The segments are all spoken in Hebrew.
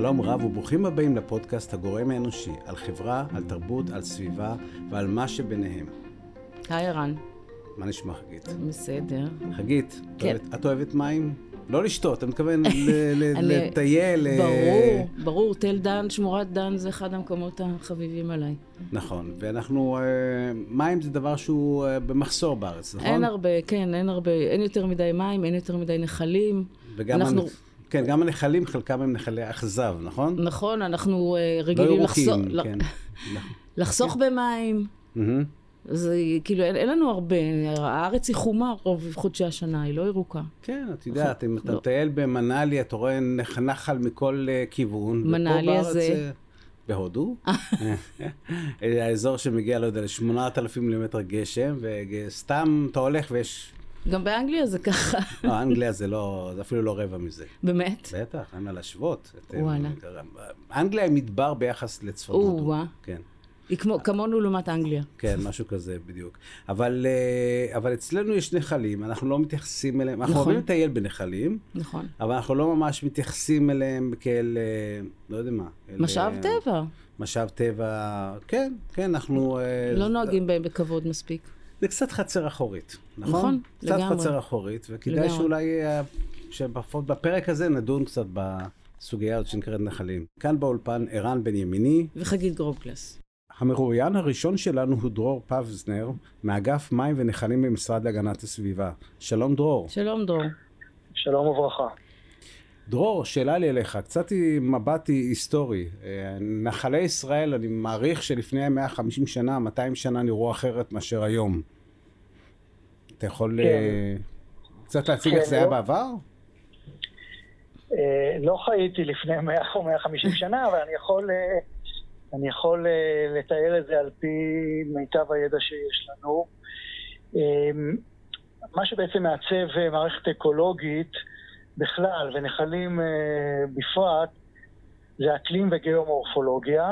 שלום רב וברוכים הבאים לפודקאסט הגורם האנושי, על חברה, על תרבות, על סביבה ועל מה שביניהם. היי ערן. מה נשמע חגית? בסדר. חגית, כן. את אוהבת מים? לא לשתות, אני מתכוון לטייל. ברור, תל דן, שמורת דן זה אחד המקומות החביבים עליי. נכון, ואנחנו, מים זה דבר שהוא במחסור בארץ, נכון? אין הרבה, אין יותר מדי מים, אין יותר מדי נחלים. וגם כן, גם הנחלים, חלקם הם נחלי אכזב, נכון? נכון, אנחנו רגילים לחסוך במים. זה כאילו, אין לנו הרבה, הארץ היא חומה רוב חודשי השנה, היא לא ירוקה. כן, את יודעת, אם אתה מטייל במנאלי, אתה רואה נחל מכל כיוון. מנאלי זה... בהודו. האזור שמגיע, לא יודע, ל8,000 מילימטר גשם, וסתם אתה הולך ויש... גם באנגליה זה ככה. לא, אנגליה זה אפילו לא רבע מזה. באמת? בטח, אין מה להשוות. וואלה. אנגליה היא מדבר ביחס לצפון הודו. כן. היא כמונו לעומת אנגליה. כן, משהו כזה בדיוק. אבל אצלנו יש נחלים, אנחנו לא מתייחסים אליהם, אנחנו אוהבים לטייל בנחלים, נכון. אבל אנחנו לא ממש מתייחסים אליהם כאל, לא יודע מה. משאב טבע. משאב טבע, כן, אנחנו... לא נוהגים בהם בכבוד מספיק. זה קצת חצר אחורית, נכון? נכון, לגמרי. קצת חצר אחורית, וכדאי שאולי בפרק הזה נדון קצת בסוגיה הזאת שנקראת נחלים. כאן באולפן ערן בן ימיני וחגית גרובקלס. המרואיין הראשון שלנו הוא דרור פבזנר, מאגף מים ונחלים במשרד להגנת הסביבה. שלום דרור. שלום דרור. שלום וברכה. דרור, שאלה לי אליך, קצת מבט היסטורי. נחלי ישראל, אני מעריך שלפני 150 שנה, 200 שנה נראו אחרת מאשר היום. אתה יכול קצת להציג איך זה היה בעבר? לא חייתי לפני 100 או 150 שנה, אבל אני יכול לתאר את זה על פי מיטב הידע שיש לנו. מה שבעצם מעצב מערכת אקולוגית בכלל ונחלים בפרט זה אקלים וגיאומורפולוגיה,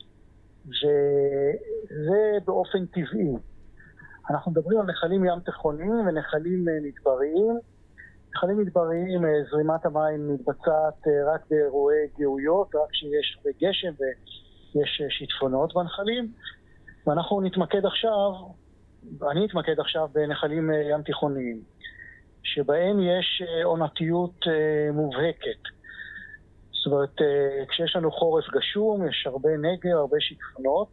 וזה באופן טבעי. אנחנו מדברים על נחלים ים תיכוניים ונחלים מדבריים. נחלים מדבריים, זרימת המים מתבצעת רק באירועי גאויות, רק כשיש הרבה גשם ויש שיטפונות בנחלים. ואנחנו אני אתמקד עכשיו בנחלים ים תיכוניים, שבהם יש עונתיות מובהקת. זאת אומרת, כשיש לנו חורף גשום, יש הרבה נגר, הרבה שיטפונות,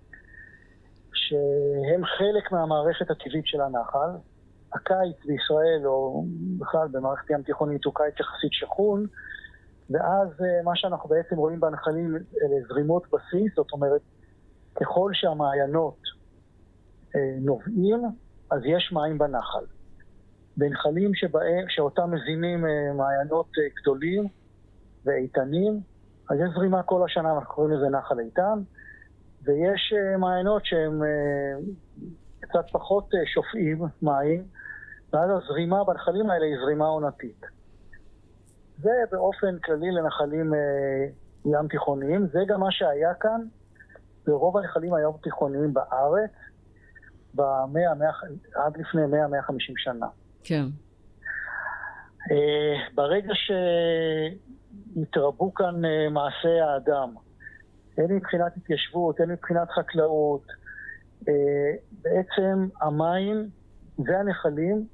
שהם חלק מהמערכת הטבעית של הנחל. הקיץ בישראל, או בכלל במערכת ים תיכונית, הוא קיץ יחסית שחון, ואז מה שאנחנו בעצם רואים בנחלים אלה זרימות בסיס, זאת אומרת, ככל שהמעיינות נובעים, אז יש מים בנחל. בנחלים שאותם מזינים מעיינות גדולים ואיתנים, אז יש זרימה כל השנה, אנחנו קוראים לזה נחל איתן, ויש מעיינות שהם קצת פחות שופעים מים, ואז הזרימה בנחלים האלה היא זרימה עונתית. זה באופן כללי לנחלים ים תיכוניים, זה גם מה שהיה כאן ברוב הנחלים הים תיכוניים בארץ, עד לפני 100-150 שנה. כן. ברגע שהתרבו כאן מעשי האדם, הן מבחינת התיישבות, הן מבחינת חקלאות, בעצם המים והנחלים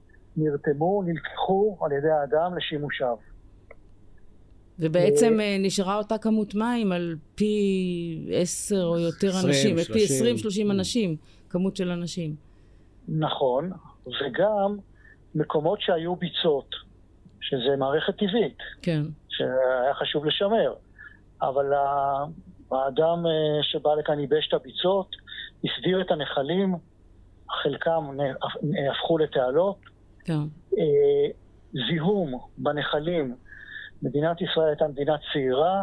נלקחו על ידי האדם לשימושיו. ובעצם נשארה אותה כמות מים על פי 10 או יותר אנשים, פי 20-30 אנשים, כמות של אנשים. נכון, וגם מקומות שהיו ביצות, שזה מערכת טבעית, כן. שהיה חשוב לשמר, אבל האדם שבא לכאן ייבש את הביצות, הסדיר את הנחלים, חלקם הפכו לתעלות, כן. זיהום בנחלים, מדינת ישראל הייתה מדינה צעירה,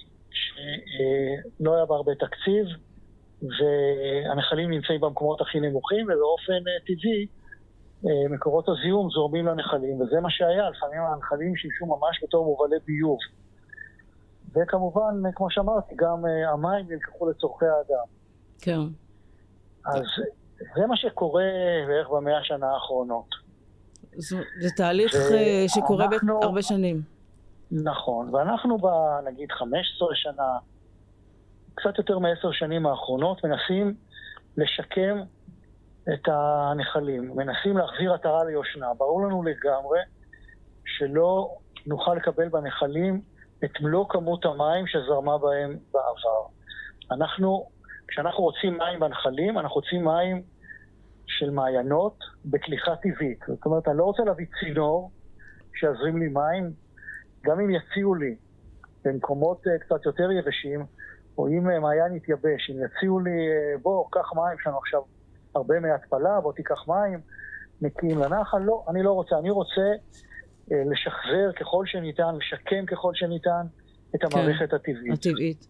שלא היה בה הרבה תקציב, והנחלים נמצאים במקומות הכי נמוכים, ובאופן טבעי מקורות הזיהום זורמים לנחלים, וזה מה שהיה, לפעמים הנחלים שימשו ממש בתור מובלי ביוב. וכמובן, כמו שאמרתי, גם המים נלקחו לצורכי האדם. כן. אז זה מה שקורה בערך ב100 שנה האחרונות. זה תהליך שקורה הרבה שנים. נכון, ואנחנו נגיד 15 שנה, קצת יותר מ10 שנים האחרונות, מנסים לשקם את הנחלים, מנסים להחזיר עטרה ליושנה. ברור לנו לגמרי שלא נוכל לקבל בנחלים את מלוא כמות המים שזרמה בהם בעבר. כשאנחנו רוצים מים בנחלים, אנחנו רוצים מים של מעיינות בקליחה טבעית. זאת אומרת, אני לא רוצה להביא צינור שיזרים לי מים, גם אם יציעו לי במקומות קצת יותר יבשים, או אם מעיין יתייבש, אם יציעו לי, בוא, קח מים, יש לנו עכשיו הרבה מהתפלה, בוא תיקח מים, נקיים לנחל. לא, אני לא רוצה. אני רוצה לשחזר ככל שניתן, לשקם ככל שניתן את המערכת הטבעית.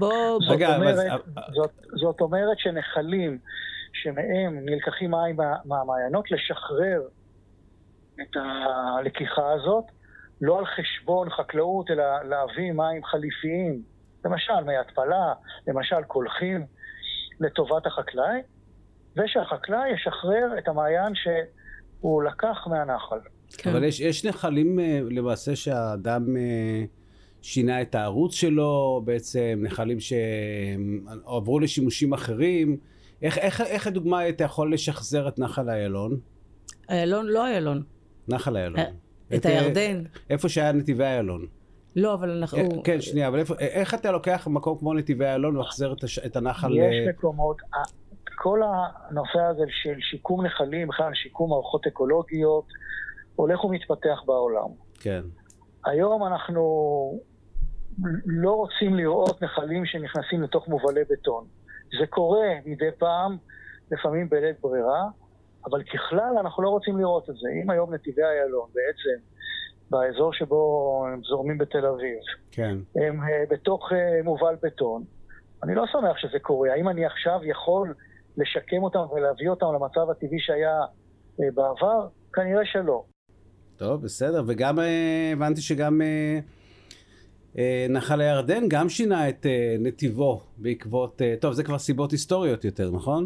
זאת אומרת שנחלים שמהם נלקחים מים מהמעיינות, לשחרר את הלקיחה הזאת, לא על חשבון חקלאות, אלא להביא מים חליפיים, למשל מי התפלה, למשל קולחים, לטובת החקלאי, ושהחקלאי ישחרר את המעיין שהוא לקח מהנחל. כן. אבל יש נחלים למעשה שהאדם שינה את הערוץ שלו, בעצם נחלים שעברו לשימושים אחרים. איך לדוגמה אתה יכול לשחזר את נחל איילון? איילון, לא איילון. נחל איילון. את הירדן. איפה שהיה נתיבי איילון. לא, אבל אנחנו... כן, שנייה, אבל איך אתה לוקח מקום כמו נתיבי איילון ומחזר את הנחל... יש מקומות, כל הנושא הזה של שיקום נחלים, בכלל שיקום מערכות אקולוגיות, הולך ומתפתח בעולם. כן. היום אנחנו לא רוצים לראות נחלים שנכנסים לתוך מובלי בטון. זה קורה מדי פעם, לפעמים בלית ברירה, אבל ככלל אנחנו לא רוצים לראות את זה. אם היום נתיבי איילון בעצם, באזור שבו הם זורמים בתל אביב, כן. הם בתוך מובל בטון, אני לא שמח שזה קורה. האם אני עכשיו יכול לשקם אותם ולהביא אותם למצב הטבעי שהיה בעבר? כנראה שלא. טוב, בסדר. וגם הבנתי שגם נחל הירדן גם שינה את נתיבו בעקבות... טוב, זה כבר סיבות היסטוריות יותר, נכון?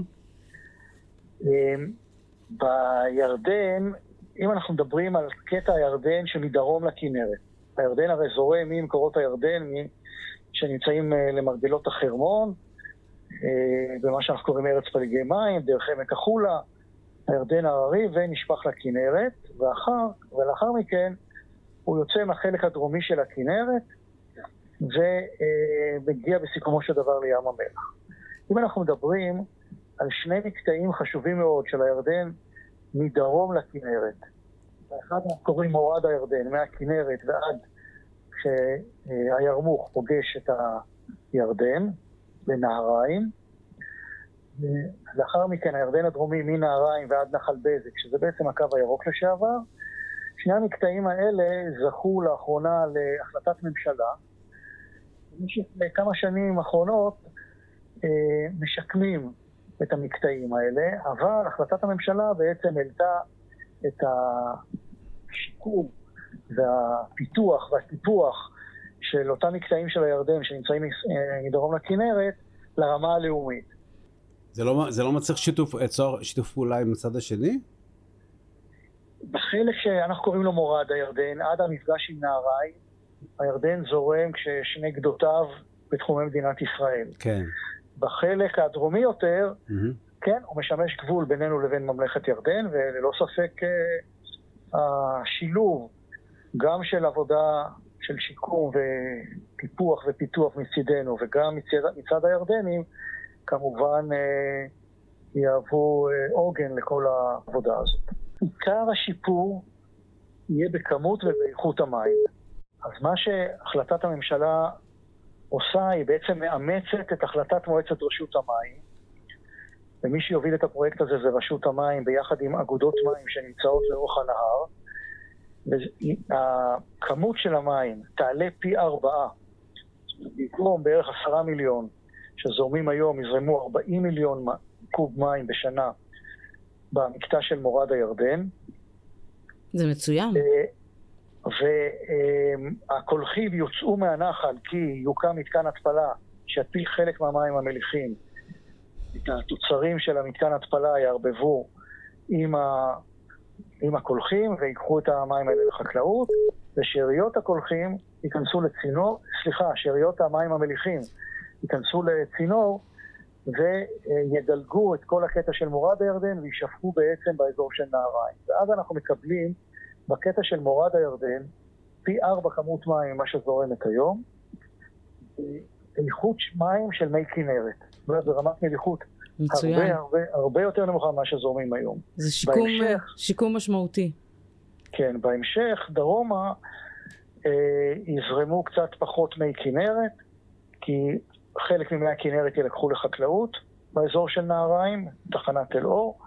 בירדן, אם אנחנו מדברים על קטע הירדן שמדרום לכנרת, הירדן הרי זורם ממקורות הירדן שנמצאים למרגלות החרמון, במה שאנחנו קוראים ארץ פלגי מים, דרך עמק החולה, הירדן הררי, ונשפך לכנרת, ולאחר מכן הוא יוצא מהחלק הדרומי של הכנרת, ומגיע בסיכומו של דבר לים המלח. אם אנחנו מדברים על שני מקטעים חשובים מאוד של הירדן מדרום לכנרת, האחד אנחנו קוראים מורד הירדן, מהכנרת ועד שהירמוך פוגש את הירדן בנהריים, לאחר מכן הירדן הדרומי מנהריים ועד נחל בזק, שזה בעצם הקו הירוק לשעבר. שני המקטעים האלה זכו לאחרונה להחלטת ממשלה. במשך כמה שנים האחרונות משקמים את המקטעים האלה, אבל החלטת הממשלה בעצם העלתה את השיקום והפיתוח והטיפוח של אותם מקטעים של הירדן שנמצאים מדרום לכנרת לרמה הלאומית. זה לא מצריך שיתוף פעולה עם הצד השני? בחלק שאנחנו קוראים לו מורד הירדן, עד המפגש עם נהריים, הירדן זורם כששני גדותיו בתחומי מדינת ישראל. כן. בחלק הדרומי יותר, כן, הוא משמש גבול בינינו לבין ממלכת ירדן, וללא ספק השילוב גם של עבודה של שיקום וטיפוח ופיתוח מצידנו, וגם מצד הירדנים, כמובן יהוו עוגן לכל העבודה הזאת. עיקר השיפור יהיה בכמות ובאיכות המים. אז מה שהחלטת הממשלה עושה היא בעצם מאמצת את החלטת מועצת רשות המים, ומי שיוביל את הפרויקט הזה זה רשות המים ביחד עם אגודות מים שנמצאות לאורך הנהר, והכמות של המים תעלה פי 4, במקום בערך 10 מיליון שזורמים היום, יזרמו 40 מיליון קוב מים בשנה במקטע של מורד הירדן. זה מצוין. והקולחים יוצאו מהנחל כי יוקם מתקן התפלה שיתפיל חלק מהמים המליחים. את התוצרים של המתקן התפלה יערבבו עם הקולחים ויקחו את המים האלה לחקלאות, ושאריות הקולחים ייכנסו לצינור, שאריות המים המליחים ייכנסו לצינור וידלגו את כל הקטע של מורד הירדן וישפכו בעצם באזור של נהריים. ואז אנחנו מקבלים בקטע של מורד הירדן פי 4 כמות מים ממה שזורמת היום, איכות מים של מי כנרת. זה רמת מליחות הרבה יותר נמוכה ממה שזורמים היום. זה שיקום משמעותי. כן, בהמשך דרומה יזרמו קצת פחות מי כנרת, כי חלק ממי הכנרת ילקחו לחקלאות באזור של נהריים, תחנת תל אור,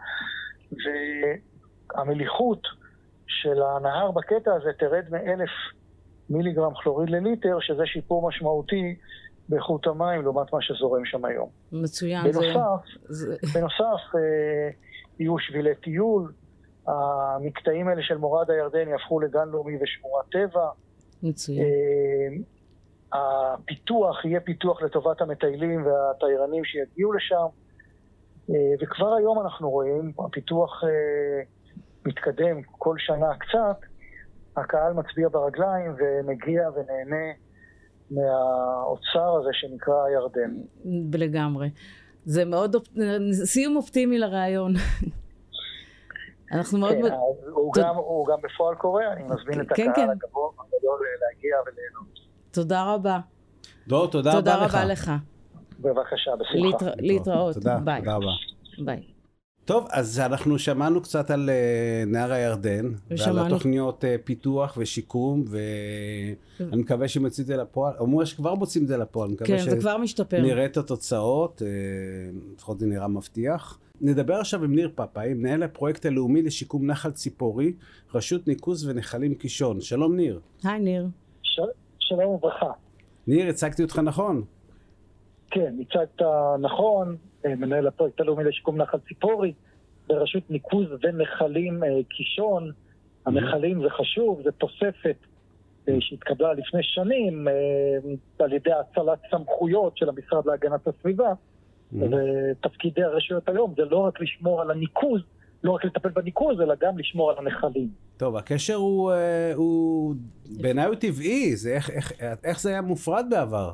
והמליחות של הנהר בקטע הזה תרד מ-1,000 מיליגרם כלוריד לליטר, שזה שיפור משמעותי באיכות המים לעומת מה שזורם שם היום. מצוין. בנוסף, יהיו שבילי טיול, המקטעים האלה של מורד הירדן יהפכו לגן לאומי ושמורת טבע. מצוין. הפיתוח יהיה פיתוח לטובת המטיילים והתיירנים שיגיעו לשם, וכבר היום אנחנו רואים, הפיתוח מתקדם כל שנה קצת, הקהל מצביע ברגליים ומגיע ונהנה מהאוצר הזה שנקרא הירדן. לגמרי. זה מאוד סיום אופטימי לרעיון. אנחנו מאוד... הוא גם בפועל קורא, אני מזמין את הקהל הגבוה הגדול להגיע וליהנות. תודה רבה. דור, תודה רבה לך. בבקשה, בשמחה. להתראות. ביי. תודה רבה. ביי. טוב, אז אנחנו שמענו קצת על נהר הירדן, ועל התוכניות פיתוח ושיקום, ואני מקווה שמוצאים את זה לפועל, אמרו שכבר מוצאים את זה לפועל, כן, זה כבר משתפר. נראה את התוצאות, לפחות זה נראה מבטיח. נדבר עכשיו עם ניר פאפאי, מנהל הפרויקט הלאומי לשיקום נחל ציפורי, רשות ניקוז ונחלים קישון. שלום ניר. היי ניר. שלום וברכה. ניר, הצגתי אותך נכון? כן, הצגת נכון, מנהל הפרויקט הלאומי לשיקום נחל ציפורי, ברשות ניקוז ונחלים קישון. הנחלים זה חשוב, זה תוספת שהתקבלה לפני שנים על ידי הצלת סמכויות של המשרד להגנת הסביבה, ותפקידי הרשויות היום זה לא רק לשמור על הניקוז, לא רק לטפל בניקוז, אלא גם לשמור על הנחלים. טוב, הקשר הוא בעיניי הוא טבעי, איך זה היה מופרד בעבר?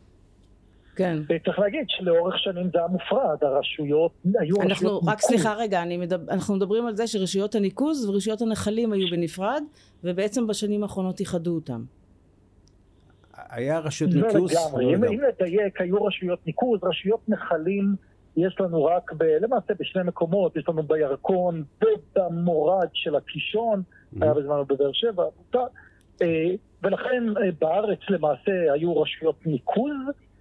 כן. צריך להגיד שלאורך שנים זה היה מופרד, הרשויות היו רשויות ניקוז. רק סליחה רגע, אנחנו מדברים על זה שרשויות הניקוז ורשויות הנחלים היו בנפרד, ובעצם בשנים האחרונות איחדו אותם. היה רשות ניקוז? אם נדייק, היו רשויות ניקוז, רשויות נחלים יש לנו רק למעשה בשני מקומות, יש לנו בירקון ובמורד של הקישון, היה בזמן בבאר שבע, ולכן בארץ למעשה היו רשויות ניקוז,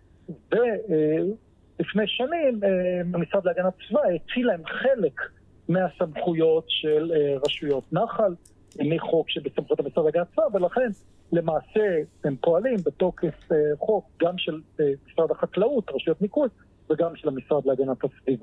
ולפני שנים המשרד להגנת הסביבה הציל להם חלק מהסמכויות של רשויות נחל, מחוק שבסמכות המשרד להגנת הסביבה, ולכן למעשה הם פועלים בתוקף חוק גם של משרד החקלאות, רשויות ניקוז, וגם של המשרד להגנת הסביבה.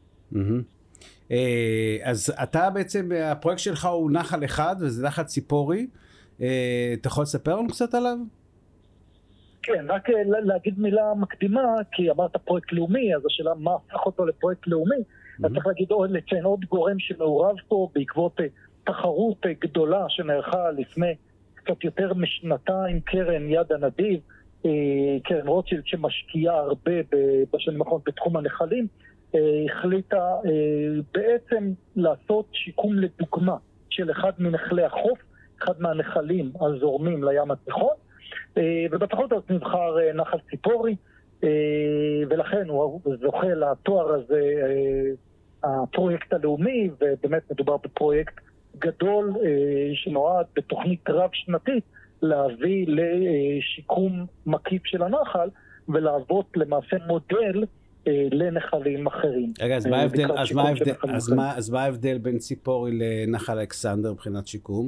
אז אתה בעצם, הפרויקט שלך הוא נחל אחד, וזה נחל ציפורי. אתה יכול לספר לנו קצת עליו? כן, רק להגיד מילה מקדימה, כי אמרת פרויקט לאומי, אז השאלה מה הפך אותו לפרויקט לאומי. אז צריך להגיד לציין עוד גורם שמעורב פה בעקבות תחרות גדולה שנערכה לפני קצת יותר משנתיים, קרן יד הנדיב, קרן רוטשילד שמשקיעה הרבה בשנים האחרונות בתחום הנחלים, החליטה בעצם לעשות שיקום לדוגמה של אחד מנחלי החוף, אחד מהנחלים הזורמים לים התיכון, ובתחרות הזאת נבחר נחל ציפורי, ולכן הוא זוכה לתואר הזה, הפרויקט הלאומי, ובאמת מדובר בפרויקט גדול שנועד בתוכנית רב שנתית להביא לשיקום מקיף של הנחל ולהוות למעשה מודל לנחלים אחרים. רגע, אז מה ההבדל בין ציפורי לנחל אלכסנדר מבחינת שיקום?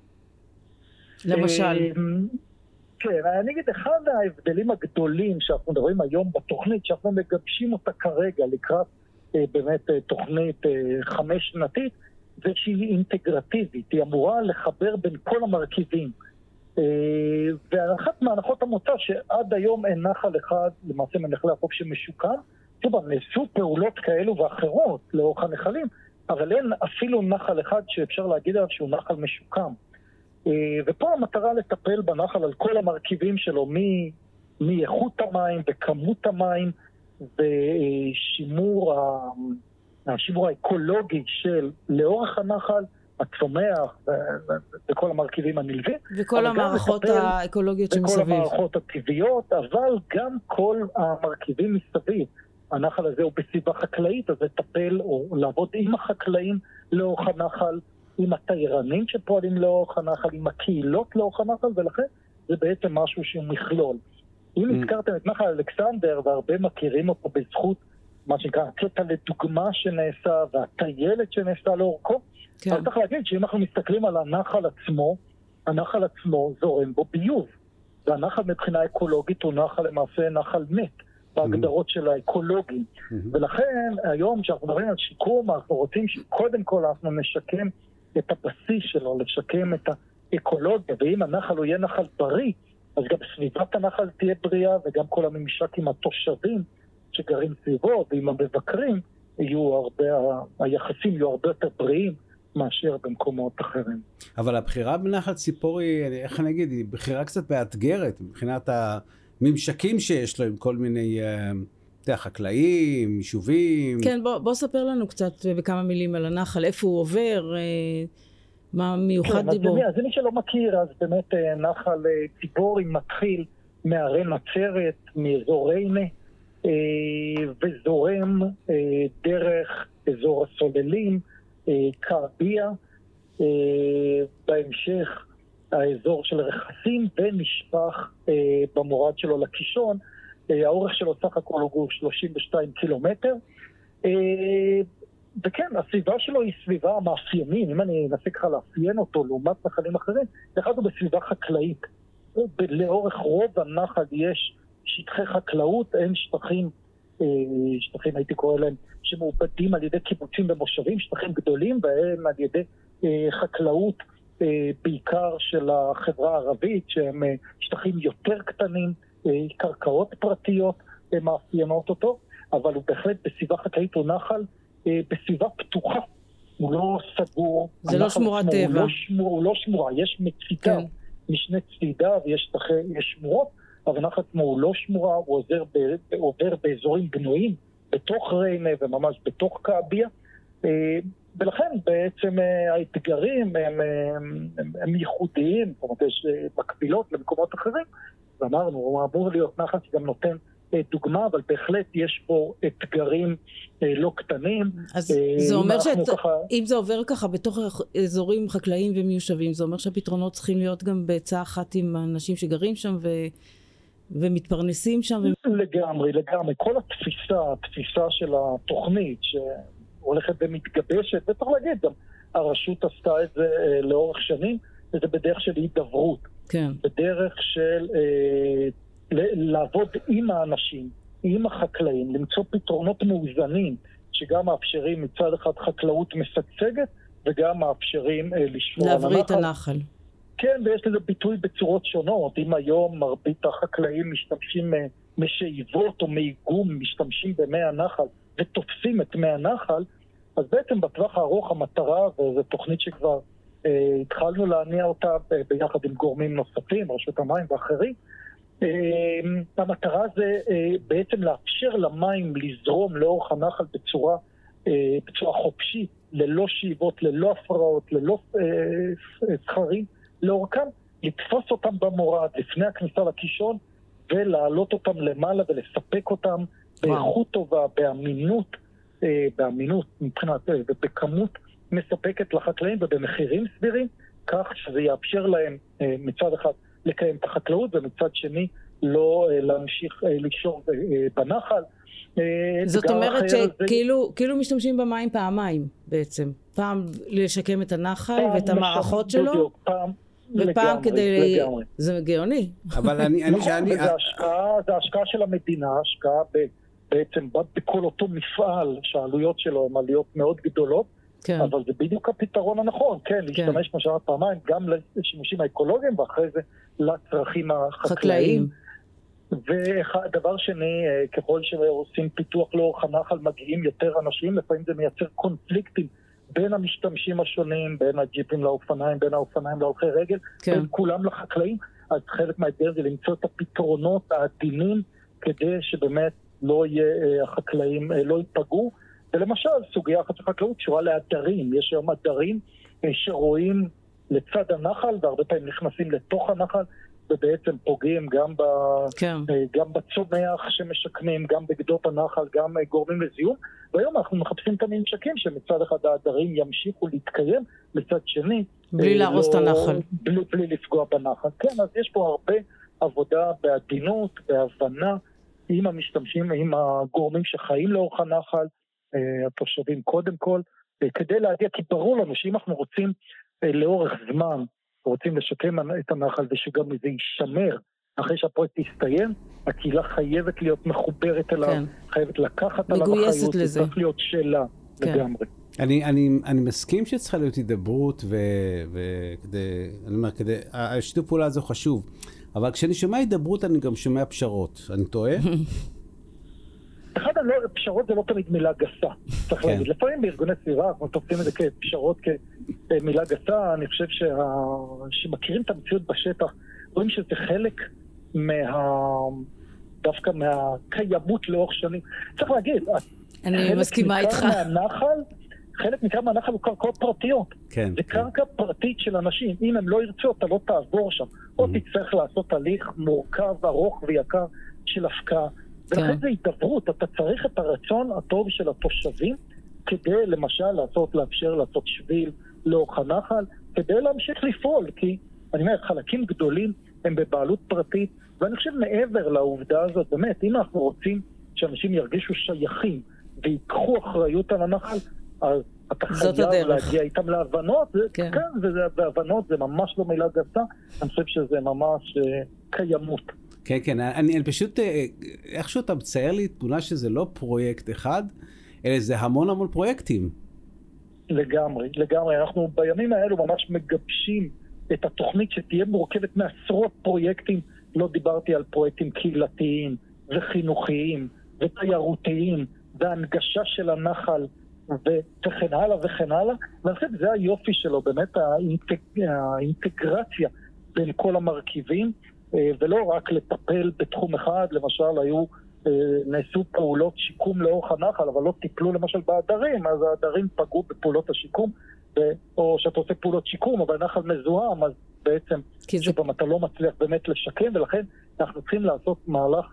למשל? כן, אני אגיד, אחד ההבדלים הגדולים שאנחנו מדברים היום בתוכנית, שאנחנו מגבשים אותה כרגע לקראת באמת תוכנית 5 שנתית, זה שהיא אינטגרטיבית, היא אמורה לחבר בין כל המרכיבים. ואחת מהנחות המוצא שעד היום אין נחל אחד, למעשה מנחלי החוף שמשוקם, נעשו פעולות כאלו ואחרות לאורך הנחלים, אבל אין אפילו נחל אחד שאפשר להגיד עליו שהוא נחל משוקם. ופה המטרה לטפל בנחל על כל המרכיבים שלו, מאיכות המים וכמות המים ושימור האקולוגי של לאורך הנחל, הצומח וכל המרכיבים הנלווים. וכל המערכות האקולוגיות שמסביב. וכל המערכות הטבעיות, אבל גם כל המרכיבים מסביב. הנחל הזה הוא בסביבה חקלאית, אז לטפל או לעבוד עם החקלאים לאורך הנחל, עם התיירנים שפועלים לאורך הנחל, עם הקהילות לאורך הנחל, ולכן זה בעצם משהו שהוא מכלול. אם הזכרתם את נחל אלכסנדר, והרבה מכירים אותו בזכות מה שנקרא הקטע לדוגמה שנעשה, והטיילת שנעשה לאורכו, כן. אז צריך להגיד שאם אנחנו מסתכלים על הנחל עצמו זורם בו ביוב, והנחל מבחינה אקולוגית הוא למעשה נחל מת, בהגדרות של האקולוגים. ולכן היום כשאנחנו מדברים על שיקום, אנחנו רוצים שקודם כל אנחנו נשקם את הבסיס שלו, לשקם את האקולוגיה, ואם הנחל הוא יהיה נחל בריא, אז גם סביבת הנחל תהיה בריאה, וגם כל הממשק עם התושבים שגרים סביבו, ועם המבקרים, היחסים יהיו הרבה יותר בריאים מאשר במקומות אחרים. אבל הבחירה בנחל ציפורי, איך אני אגיד, היא בחירה קצת מאתגרת, מבחינת הממשקים שיש לו עם כל מיני חקלאים, יישובים. כן, בוא ספר לנו קצת בכמה מילים על הנחל, איפה הוא עובר, מה מיוחד דיבור. אז מי שלא מכיר, אז באמת נחל ציפורי מתחיל מערי נצרת, מאזור ריינה, וזורם דרך אזור הסוללים, קרביה, בהמשך האזור של רכסים, ונשפך במורד שלו לקישון. האורך שלו סך הכל הוא 32 קילומטר. וכן, הסביבה שלו היא סביבה מאפיינים, אם אני אנסה ככה לאפיין אותו לעומת נחלים אחרים, אחד הוא בסביבה חקלאית. לאורך רוב הנחל יש שטחי חקלאות, אין שטחים הייתי קורא להם, שמעובדים על ידי קיבוצים ומושבים, שטחים גדולים, והם על ידי חקלאות בעיקר של החברה הערבית, שהם שטחים יותר קטנים, קרקעות פרטיות מאפיינות אותו, אבל הוא בהחלט בסביבה חקלאית, הוא נחל בסביבה פתוחה, הוא לא סגור. זה לא שמורת טבע. הוא לא שמורה, יש מצידה משני צדידה ויש שמורות, אבל נחל עצמו הוא לא שמורה, הוא עובר באזורים בנויים, בתוך ריינה וממש בתוך קרביה, ולכן בעצם האתגרים הם ייחודיים, זאת אומרת יש מקבילות למקומות אחרים, ואמרנו, הוא אמור להיות נחל שגם נותן דוגמה, אבל בהחלט יש פה אתגרים לא קטנים. אז זה אומר שאם זה עובר ככה בתוך אזורים חקלאיים ומיושבים, זה אומר שהפתרונות צריכים להיות גם בעצה אחת עם האנשים שגרים שם ומתפרנסים שם. לגמרי. כל התפיסה של התוכנית שהולכת ומתגבשת, וצריך להגיד גם, הרשות עשתה את זה לאורך שנים, וזה בדרך של הידברות. כן. בדרך של לעבוד עם האנשים, עם החקלאים, למצוא פתרונות מאוזנים, שגם מאפשרים מצד אחד חקלאות משגשגת, וגם מאפשרים לשמור על הנחל. להבריא את הנחל. כן, ויש לזה ביטוי בצורות שונות. אם היום מרבית החקלאים משתמשים משאיבות או מאיגום, משתמשים במי הנחל ותופסים את מי הנחל, אז בעצם בטווח הארוך המטרה, וזו תוכנית שכבר התחלנו להניע אותה ביחד עם גורמים נוספים, רשות המים ואחרים, המטרה זה בעצם לאפשר למים לזרום לאורך הנחל בצורה חופשית, ללא שאיבות, ללא הפרעות, ללא סחרים, לאורכם, לתפוס אותם במורד לפני הכניסה לקישון, ולהעלות אותם למעלה ולספק אותם באיכות טובה, באמינות מבחינת, ובכמות מספקת לחקלאים ובמחירים סבירים, כך שזה יאפשר להם מצד אחד לקיים את החקלאות, ומצד שני לא להמשיך לישור בנחל. זאת אומרת שכאילו משתמשים במים פעמיים בעצם. פעם לשקם את הנחל ואת המערכות שלו, ופעם כדי... זה גאוני. אבל זה השקעה של המדינה, השקעה בעצם בכל אותו מפעל שהעלויות שלו הן עלויות מאוד גדולות, אבל זה בדיוק הפתרון הנכון, כן, להשתמש כמו שאמרת פעמיים, גם לשימושים האקולוגיים, ואחרי זה לצרכים החקלאיים. ודבר שני, ככל שעושים פיתוח לאורך הנחל, מגיעים יותר אנשים, לפעמים זה מייצר קונפליקטים בין המשתמשים השונים, בין הג'יפים לאופניים, בין האופניים להולכי רגל, בין כולם לחקלאים. אז חלק מהאתגר זה למצוא את הפתרונות העדינים, כדי שבאמת לא יהיה, החקלאים לא ייפגעו. ולמשל, סוגיה אחת של חקלאות קשורה לעדרים. יש היום עדרים שרואים לצד הנחל, והרבה פעמים נכנסים לתוך הנחל, ובעצם פוגעים גם בצומח שמשקמים, גם בגדות הנחל, גם גורמים לזיהום. והיום אנחנו מחפשים את הממשקים שמצד אחד העדרים ימשיכו להתקיים, מצד שני בלי להרוס את הנחל. בלי לפגוע בנחל. כן, אז יש פה הרבה עבודה בעדינות, בהבנה, עם המשתמשים, עם הגורמים שחיים לאורך הנחל, התושבים קודם כל, כדי להגיע, כי ברור לנו שאם אנחנו רוצים לאורך זמן, רוצים לשקם את הנחל ושגם זה יישמר אחרי שהפרויקט יסתיים, הקהילה חייבת להיות מחוברת אליו, חייבת לקחת עליו אחריות, זה צריך להיות שאלה לגמרי. אני מסכים שצריכה להיות הידברות, וכדי, אני אומר, השיתוף פעולה הזה חשוב, אבל כשאני שומע הידברות אני גם שומע פשרות, אני טועה? אחד, פשרות זה לא תמיד מילה גסה, צריך להגיד. לפעמים בארגוני סביבה, אנחנו תופסים את זה כפשרות, כמילה גסה. אני חושב שמכירים את המציאות בשטח, רואים שזה חלק דווקא מהקיימות לאורך שנים. צריך להגיד, אני מסכימה איתך. חלק ניכר מהנחל הוא קרקעות פרטיות. זה קרקע פרטית של אנשים. אם הם לא ירצו, אתה לא תעבור שם. או תצטרך לעשות הליך מורכב, ארוך ויקר של הפקעה. ולכן זה התעברות, אתה צריך את הרצון הטוב של התושבים, כדי למשל לאפשר לעשות שביל לאורך הנחל, כדי להמשיך לפעול, כי אני אומר, חלקים גדולים הם בבעלות פרטית, ואני חושב מעבר לעובדה הזאת, באמת, אם אנחנו רוצים שאנשים ירגישו שייכים, ויקחו אחריות על הנחל, אז אתה חייב להגיע איתם להבנות, והבנות זה ממש לא מילה גסה, אני חושב שזה ממש קיימות. כן, כן, אני פשוט, איכשהו אתה מצייר לי תמונה שזה לא פרויקט אחד, אלא זה המון המון פרויקטים. לגמרי, לגמרי. אנחנו בימים האלו ממש מגבשים את התוכנית שתהיה מורכבת מעשרות פרויקטים. לא דיברתי על פרויקטים קהילתיים וחינוכיים ותיירותיים והנגשה של הנחל וכן הלאה וכן הלאה. ואני חושב שזה היופי שלו, באמת האינטגרציה בין כל המרכיבים, ולא רק לטפל בתחום אחד. למשל נעשו פעולות שיקום לאורך הנחל, אבל לא טיפלו למשל בעדרים, אז העדרים פגעו בפעולות השיקום, או שאתה עושה פעולות שיקום, אבל נחל מזוהם, אז בעצם שפעם אתה לא מצליח באמת לשקם, ולכן אנחנו צריכים לעשות מהלך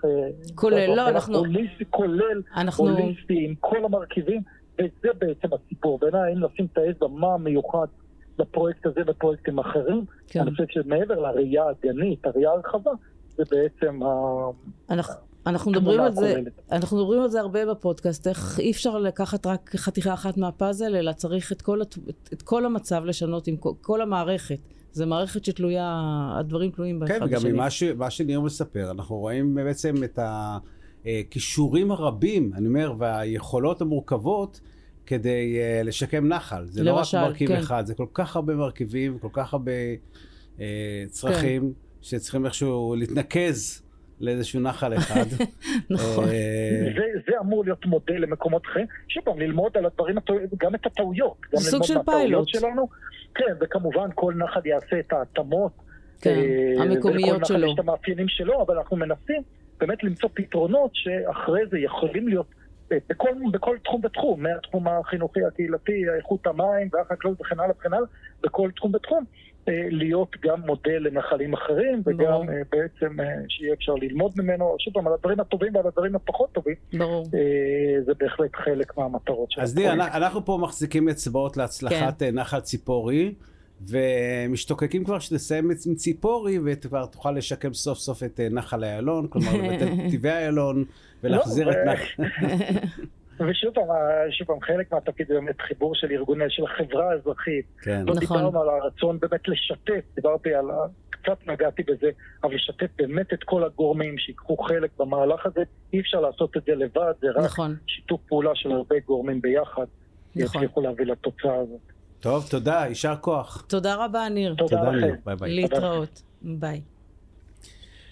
הוליסטי עם כל המרכיבים, וזה בעצם הסיפור. בעיניי, אם נשים את האצבע מה מיוחד בפרויקט הזה בפרויקטים אחרים, אני חושב שמעבר לראייה הגנית, הראייה הרחבה, זה בעצם אנחנו מדברים על זה הרבה בפודקאסט, איך אי אפשר לקחת רק חתיכה אחת מהפאזל, אלא צריך את כל המצב לשנות עם כל המערכת. זו מערכת שתלויה, הדברים תלויים באחד השני. כן, וגם מה שניר מספר, אנחנו רואים בעצם את הכישורים הרבים, אני אומר, והיכולות המורכבות, כדי לשקם נחל. זה לא רק מרכיב אחד, זה כל כך הרבה מרכיבים, כל כך הרבה צרכים, שצריכים איכשהו להתנקז לאיזשהו נחל אחד. נכון. זה אמור להיות מודל למקומות אחרים, שפעם ללמוד על הדברים, גם את הטעויות. סוג של פיילוט. כן, וכמובן כל נחל יעשה את ההתאמות. המקומיות שלו. וכל נחל יש את המאפיינים שלו, אבל אנחנו מנסים באמת למצוא פתרונות שאחרי זה יכולים להיות בכל תחום בתחום, מהתחום החינוכי, הקהילתי, איכות המים והחקלאות וכן הלאה וכן הלאה, בכל תחום בתחום, להיות גם מודל לנחלים אחרים, וגם בעצם שיהיה אפשר ללמוד ממנו, שוב פעם, על הדברים הטובים ועל הדברים הפחות טובים, זה בהחלט חלק מהמטרות של הפרויקט. אז אנחנו פה מחזיקים אצבעות להצלחת נחל ציפורי, ומשתוקקים כבר שתסיים עם ציפורי, וכבר תוכל לשקם סוף סוף את נחל איילון, כלומר לבטל טבעי איילון, ולהחזיר את נחל. ושוב פעם, חלק מהתפקיד זה באמת חיבור של ארגוני, של החברה האזרחית. לא דיברנו על הרצון באמת לשתף, דיברתי על, קצת נגעתי בזה, אבל לשתף באמת את כל הגורמים שיקחו חלק במהלך הזה. אי אפשר לעשות את זה לבד, זה רק שיתוף פעולה של הרבה גורמים ביחד, יצליחו להביא לתוצאה הזאת. טוב, תודה, יישר כוח. תודה רבה, ניר. תודה לכם. ביי ביי. להתראות. ביי.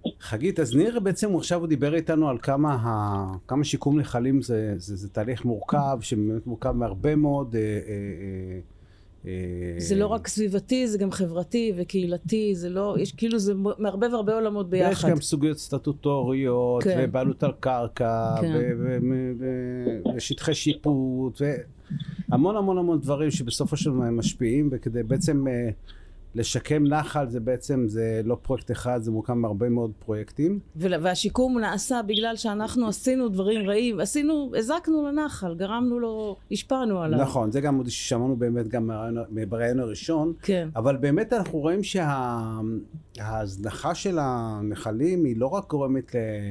חגית, אז ניר בעצם עכשיו הוא דיבר איתנו על כמה שיקום נחלים זה תהליך מורכב, שבאמת מורכב מהרבה מאוד... זה לא רק סביבתי, זה גם חברתי וקהילתי, זה לא, יש כאילו זה מערבב הרבה עולמות ביחד. יש גם סוגיות סטטוטוריות, כן. ובעלות על קרקע, כן. ושטחי שיפוט, והמון המון המון דברים שבסופו של דבר משפיעים, וכדי בעצם לשקם נחל זה בעצם, זה לא פרויקט אחד, זה מוקם מהרבה מאוד פרויקטים. והשיקום נעשה בגלל שאנחנו עשינו דברים רעים, הזקנו לנחל, גרמנו לו, השפענו עליו. נכון, זה גם שמענו באמת גם ברעיון הראשון, כן. אבל באמת אנחנו רואים שההזנחה של הנחלים היא לא רק גורמת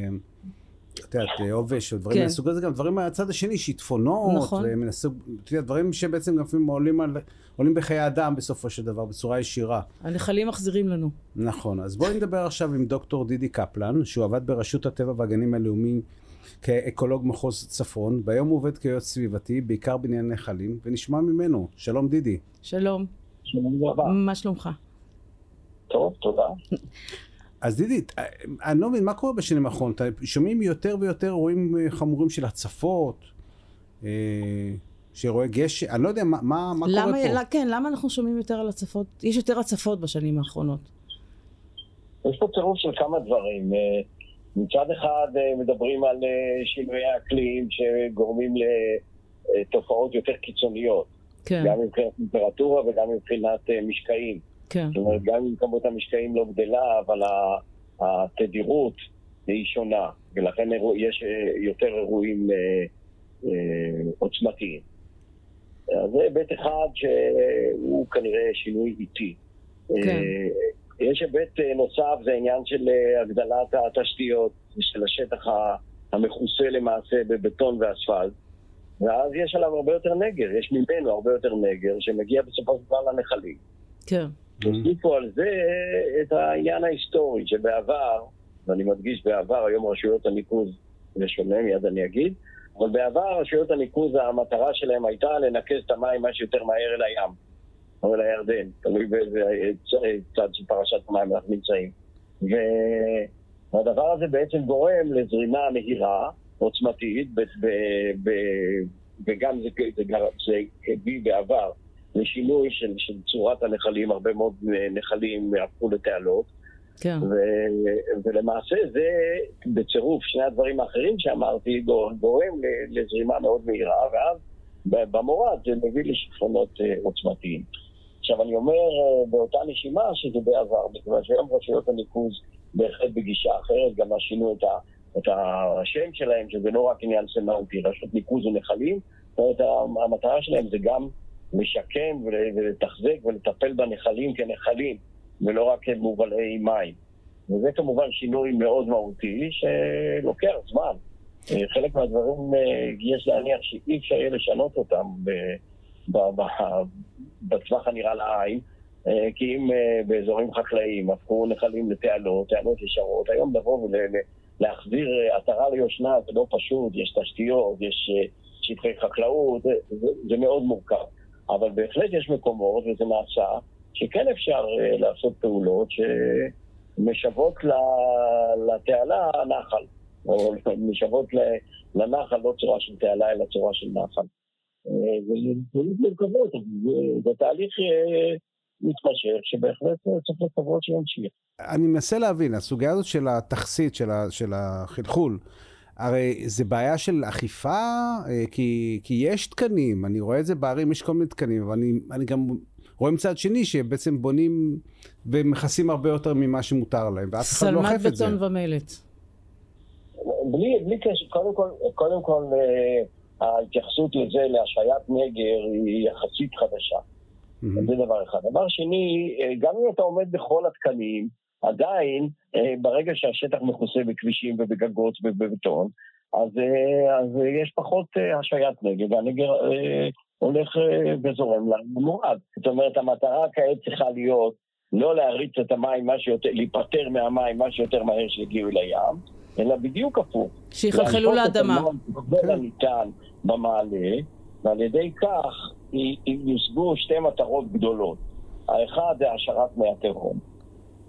עובש או דברים כן. מהסוג הזה, גם דברים מהצד השני, שיטפונות, נכון. דברים שבעצם גם עולים בחיי אדם בסופו של דבר, בצורה ישירה. הנחלים מחזירים לנו. נכון, אז בואי נדבר עכשיו עם דוקטור דידי קפלן, שהוא עבד ברשות הטבע והגנים הלאומיים כאקולוג מחוז צפון, והיום הוא עובד כיועץ סביבתי, בעיקר בעניין נחלים, ונשמע ממנו. שלום דידי. שלום. שלום רבה. מה שלומך? טוב, תודה. אז דידי, אני לא מבין, מה קורה בשנים האחרונות? שומעים יותר ויותר אירועים חמורים של הצפות, שאירועי גשם, אני לא יודע מה קורה פה. כן, למה אנחנו שומעים יותר על הצפות? יש יותר הצפות בשנים האחרונות. יש פה צירוף של כמה דברים. מצד אחד מדברים על שינויי האקלים שגורמים לתופעות יותר קיצוניות. כן. גם מבחינת טמפרטורה וגם מבחינת משקעים. כן. זאת אומרת, גם אם כמות המשקעים לא גדלה, אבל התדירות היא שונה, ולכן יש יותר אירועים עוצמתיים. אז זה היבט אחד שהוא כנראה שינוי איטי. כן. יש היבט נוסף, זה עניין של הגדלת התשתיות, של השטח המכוסה למעשה בבטון ואספלט, ואז יש עליו הרבה יותר נגר, יש ממנו הרבה יותר נגר, שמגיע בסופו של דבר לנחלים. כן. הוסיפו על זה את העניין ההיסטורי, שבעבר, ואני מדגיש בעבר, היום רשויות הניקוז זה שונה, מיד אני אגיד, אבל בעבר רשויות הניקוז, המטרה שלהם הייתה לנקז את המים מה שיותר מהר אל הים, או אל הירדן, תלוי באיזה צד של פרשת המים אנחנו נמצאים. והדבר הזה בעצם גורם לזרימה מהירה, עוצמתית, וגם זה הביא בעבר לשינוי של צורת הנחלים, הרבה מאוד נחלים הפכו לתעלות. כן. ולמעשה זה בצירוף שני הדברים האחרים שאמרתי גורם לזרימה מאוד מהירה, ואז במורד זה מביא לשיטפונות עוצמתיים. עכשיו אני אומר באותה נשימה שזה בעבר, בגלל שהיום רשויות הניקוז בהחלט בגישה אחרת, גם שינו את השם שלהם, שזה לא רק עניין סמנטי, רשות ניקוז ונחלים, זאת אומרת המטרה שלהם זה גם לשקם ולתחזק ולטפל בנחלים כנחלים, ולא רק כמובלי מים. וזה כמובן שינוי מאוד מהותי שלוקח זמן. חלק מהדברים יש להניח שאי אפשר יהיה לשנות אותם בטווח הנראה לעין, כי אם באזורים חקלאיים הפכו נחלים לתעלות, תעלות ישרות, היום לבוא ולהחזיר עטרה ליושנה זה לא פשוט, יש תשתיות, יש שטחי חקלאות, זה מאוד מורכב. אבל בהחלט יש מקומות, וזה נעשה, שכן אפשר לעשות פעולות שמשוות לתעלה נחל, או משוות לנחל לא צורה של תעלה, אלא צורה של נחל. זה מורכבות, זה תהליך מתמשך, שבהחלט צריך לקוות שימשיך. אני מנסה להבין, הסוגיה הזאת של התכסית, של החלחול, הרי זה בעיה של אכיפה, כי יש תקנים, אני רואה את זה בערים, יש כל מיני תקנים, אבל אני גם רואה מצד שני שבעצם בונים ומכסים הרבה יותר ממה שמותר להם, ואף אחד לא אוכף את זה. סלמת בטון ומלט. בלי קשר, קודם כל ההתייחסות לזה, להשעיית נגר, היא יחסית חדשה. זה דבר אחד. דבר שני, גם אם אתה עומד בכל התקנים, עדיין, ברגע שהשטח מכוסה בכבישים ובגגות ובבטון, אז יש פחות השעיית נגר, והנגר הולך וזורם למורד. זאת אומרת, המטרה כעת צריכה להיות לא להריץ את המים, להיפטר מהמים מה שיותר מהר שיגיעו אל הים, אלא בדיוק הפוך. שיחלחלו לאדמה. להשפות את הניתן במעלה, ועל ידי כך יושגו שתי מטרות גדולות. האחד זה השארת מי התהום.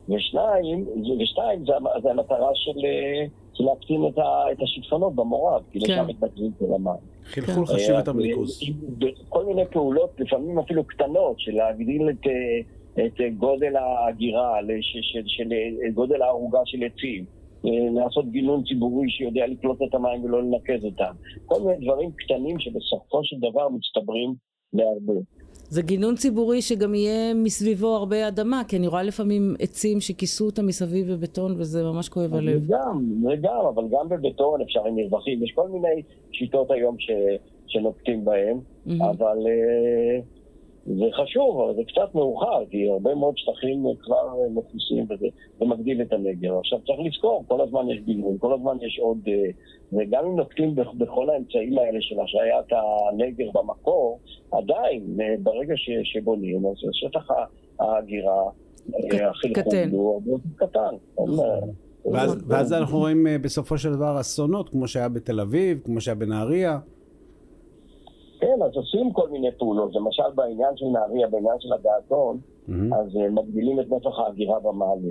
ושתיים, זה המטרה של להקטין את השיטפונות במורד, כי לשם מתנקזים כל המים. חלחול חשוב יותר בניקוז. כל מיני פעולות, לפעמים אפילו קטנות, של להגדיל את גודל ההגירה, של גודל הערוגה של עצים, לעשות גינון ציבורי שיודע לקלוט את המים ולא לנקז אותם. כל מיני דברים קטנים שבסופו של דבר מצטברים להרבה. זה גינון ציבורי שגם יהיה מסביבו הרבה אדמה, כי אני רואה לפעמים עצים שכיסו אותם מסביב בבטון, וזה ממש כואב הלב. זה גם, אבל גם בבטון אפשר עם מרווחים. יש כל מיני שיטות היום שנוקטים בהם, אבל זה חשוב, אבל זה קצת מאוחר, כי הרבה מאוד שטחים כבר מפוסים וזה מגדיל את הנגר. עכשיו צריך לזכור, כל הזמן יש גינון, כל הזמן יש עוד, וגם אם נוקטים בכל האמצעים האלה של השעיית הנגר במקור, עדיין, ברגע שבונים, אז שטח ההגירה, החלחול הוא הרבה יותר קטן. ואז אנחנו רואים בסופו של דבר אסונות, כמו שהיה בתל אביב, כמו שהיה בנהריה. כן, אז עושים כל מיני פעולות, למשל בעניין של נהריה, בעניין של הגעתון, אז מגדילים את נפח ההגירה במעלה.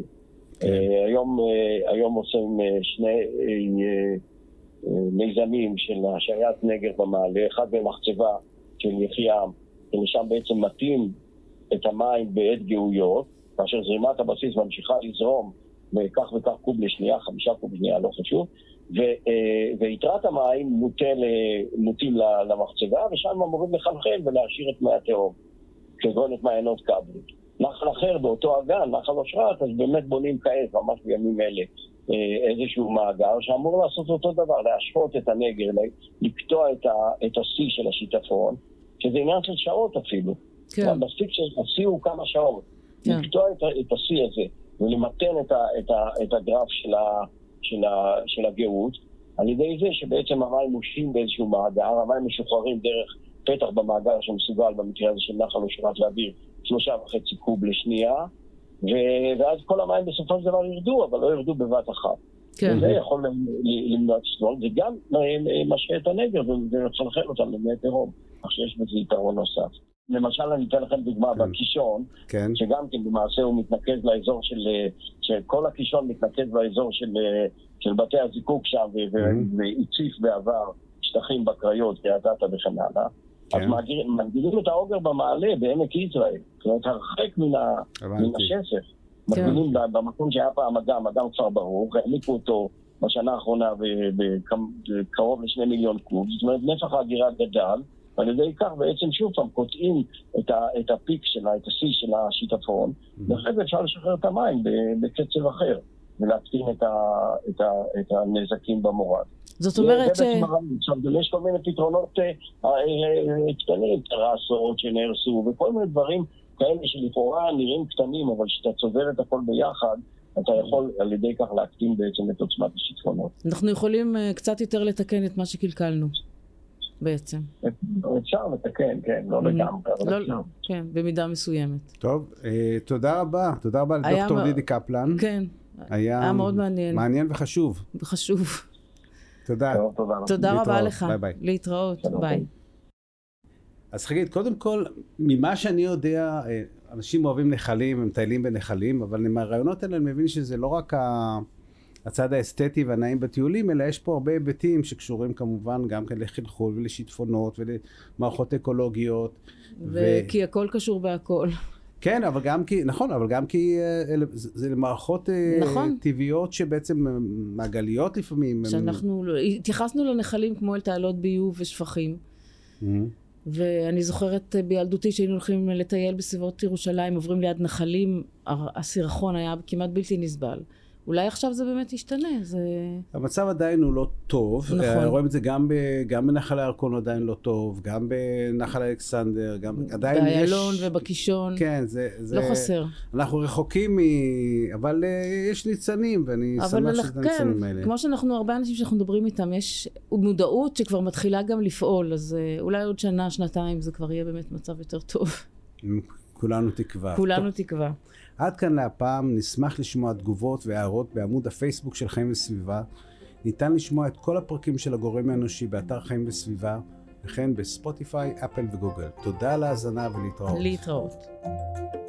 היום עושים שני מיזמים של השעיית נגר במעלה, אחד במחצבה של יחיעם, שמשם בעצם מתאים את המים בעת גאויות, כאשר זרימת הבסיס ממשיכה לזרום בכך וכך קוב לשנייה, 5 קוב לשנייה, לא חשוב, ויתרת המים מוטים למחצבה, ושם אמורים לחלחל ולהשאיר את מי התהום, כגון את מעיינות כברי. נחל אחר באותו אגן, נחל אושרת, אז באמת בונים כעת, ממש בימים אלה, איזשהו מאגר שאמור לעשות אותו דבר, להשפות את הנגר, לקטוע את השיא של השיטפון, שזה עניין של שעות אפילו. כן. מספיק שהשיא הוא כמה שעות. כן. לקטוע את השיא הזה, ולמתן את הגרף של הגאות, על ידי זה שבעצם המים מושים באיזשהו מאגר, המים משוחררים דרך פתח במאגר שמסוגל במקרה הזה של נחל אושרת להעביר 3.5 קוב לשנייה, ואז כל המים בסופו של דבר ירדו, אבל לא ירדו בבת אחת. כן. וזה יכול למנוע את הסטרול, זה גם משקה את הנגר ולחלחל אותם למי תהום, אך שיש בזה יתרון נוסף. למשל אני אתן לכם דוגמה בקישון, שגם כן במעשה הוא מתנקז לאזור שכל הקישון מתנקז באזור של בתי הזיקוק שם, והציף בעבר שטחים בקריות, קריית אתא וכן הלאה. אז מגדילים את האוגר במעלה בעמק יזרעאל, זאת אומרת הרחק מן השפך. מגדילים במקום שהיה פעם אגם כפר ברוך, העמיקו אותו בשנה האחרונה בקרוב ל2 מיליון קוב, זאת אומרת נפח ההגירה גדל, ועל ידי כך בעצם שוב פעם קוטעים את הפיק שלה, את השיא של השיטפון, ואחרי זה אפשר לשחרר את המים בקצב אחר, ולהקטין את הנזקים במורד. זאת אומרת יש כל מיני פתרונות קטנים, טרסות שנהרסו, וכל מיני דברים כאלה שלכאורה נראים קטנים, אבל שאתה צובר את הכל ביחד, אתה יכול על ידי כך להקטין בעצם את עוצמת השיטפונות. אנחנו יכולים קצת יותר לתקן את מה שקלקלנו. בעצם. אפשר לתקן, כן, לא לגמרי, אבל אפשר. כן, במידה מסוימת. טוב, תודה רבה לדוקטור דידי קפלן. כן, היה מאוד מעניין. מעניין וחשוב. חשוב. תודה. תודה רבה לך. ביי. להתראות, ביי. אז חגית, קודם כל, ממה שאני יודע, אנשים אוהבים נחלים, הם מטיילים בנחלים, אבל מהרעיונות האלה אני מבין שזה לא רק הצד האסתטי והנעים בטיולים, אלא יש פה הרבה היבטים שקשורים כמובן גם כן לחלחול ולשיטפונות ולמערכות אקולוגיות. כי הכל קשור בהכל. כן, אבל גם כי, נכון, אבל גם כי זה מערכות טבעיות שבעצם מעגליות לפעמים. שאנחנו התייחסנו לנחלים כמו אל תעלות ביוב ושפכים. ואני זוכרת בילדותי שהיינו הולכים לטייל בסביבות ירושלים, עוברים ליד נחלים, הסירחון היה כמעט בלתי נסבל. אולי עכשיו זה באמת ישתנה. המצב עדיין הוא לא טוב. נכון. רואים את זה גם בנחל הירקון עדיין לא טוב, גם בנחל אלכסנדר, עדיין יש... באיילון ובקישון. כן, לא חסר. אנחנו רחוקים אבל יש ניצנים, ואני שמח שזה הניצנים האלה. כמו שאנחנו, הרבה אנשים שאנחנו מדברים איתם, יש מודעות שכבר מתחילה גם לפעול, אז אולי עוד שנה, שנתיים, זה כבר יהיה באמת מצב יותר טוב. כולנו תקווה. כולנו תקווה. עד כאן להפעם, נשמח לשמוע תגובות והערות בעמוד הפייסבוק של חיים וסביבה. ניתן לשמוע את כל הפרקים של הגורם האנושי באתר חיים וסביבה, וכן בספוטיפיי, אפל וגוגל. תודה על ההאזנה ולהתראות. להתראות.